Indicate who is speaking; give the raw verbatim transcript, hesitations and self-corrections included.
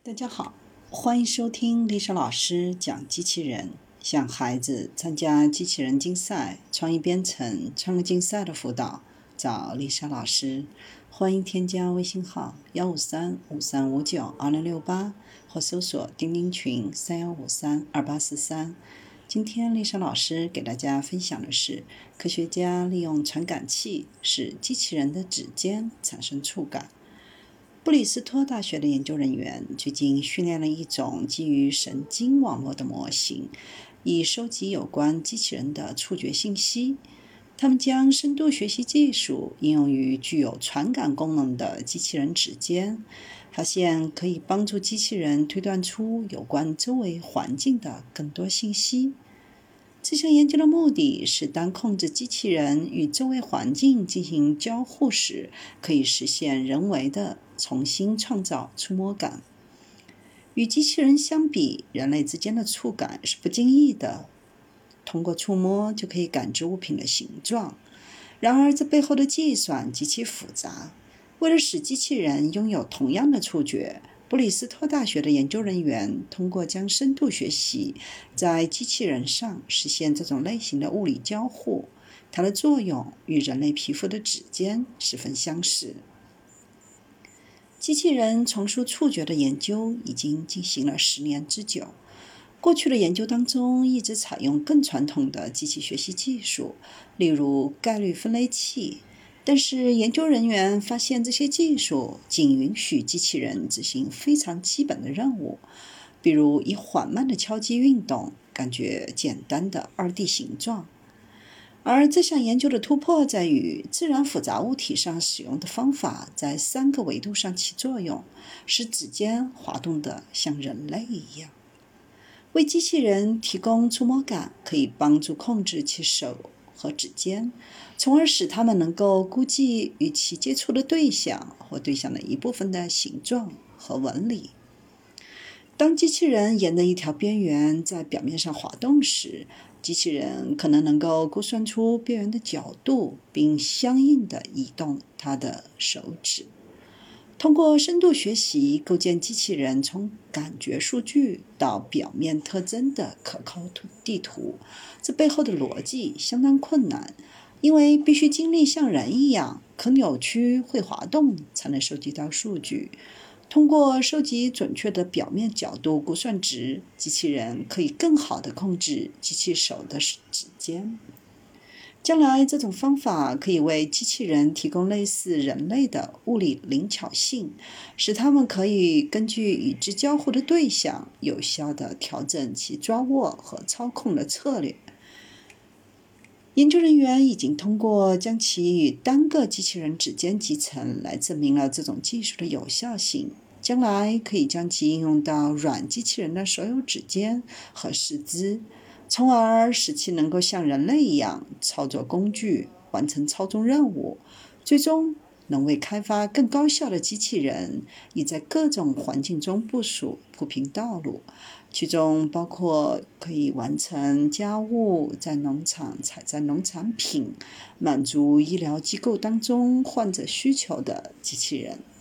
Speaker 1: 大家好，欢迎收听丽莎老师讲机器人。想孩子参加机器人竞赛、创意编程、创客竞赛的辅导，找丽莎老师。欢迎添加微信号幺五三五三五九二零六八，或搜索钉钉群三幺五三二八四三。今天丽莎老师给大家分享的是，科学家利用传感器使机器人的指尖产生触感。布里斯托大学的研究人员最近训练了一种基于神经网络的模型，以收集有关机器人的触觉信息。他们将深度学习技术应用于具有传感功能的机器人指尖，发现可以帮助机器人推断出有关周围环境的更多信息。这项研究的目的是，当控制机器人与周围环境进行交互时，可以实现人为的重新创造触摸感。与机器人相比，人类之间的触感是不经意的，通过触摸就可以感知物品的形状。然而，这背后的计算极其复杂。为了使机器人拥有同样的触觉，布里斯托大学的研究人员通过将深度学习在机器人上实现这种类型的物理交互，它的作用与人类皮肤的指尖十分相似。机器人重塑触觉的研究已经进行了十年之久。过去的研究当中一直采用更传统的机器学习技术，例如概率分类器。但是研究人员发现，这些技术仅允许机器人执行非常基本的任务，比如以缓慢的敲击运动感觉简单的 二 D 形状。而这项研究的突破在于，自然复杂物体上使用的方法在三个维度上起作用，使指尖滑动得像人类一样。为机器人提供触摸感，可以帮助控制其手和指尖，从而使它们能够估计与其接触的对象或对象的一部分的形状和纹理。当机器人沿着一条边缘在表面上滑动时，机器人可能能够估算出边缘的角度，并相应地移动它的手指。通过深度学习构建机器人从感觉数据到表面特征的可靠地图，这背后的逻辑相当困难，因为必须经历像人一样可扭曲、会滑动才能收集到数据。通过收集准确的表面角度估算值，机器人可以更好地控制机器手的指尖。将来，这种方法可以为机器人提供类似人类的物理灵巧性，使它们可以根据与之交互的对象，有效地调整其抓握和操控的策略。研究人员已经通过将其与单个机器人指尖集成来证明了这种技术的有效性，将来可以将其应用到软机器人的所有指尖和四肢，从而使其能够像人类一样操作工具，完成操纵任务，最终能为开发更高效的机器人以在各种环境中部署铺平道路，其中包括可以完成家务、在农场采摘农产品、满足医疗机构当中患者需求的机器人。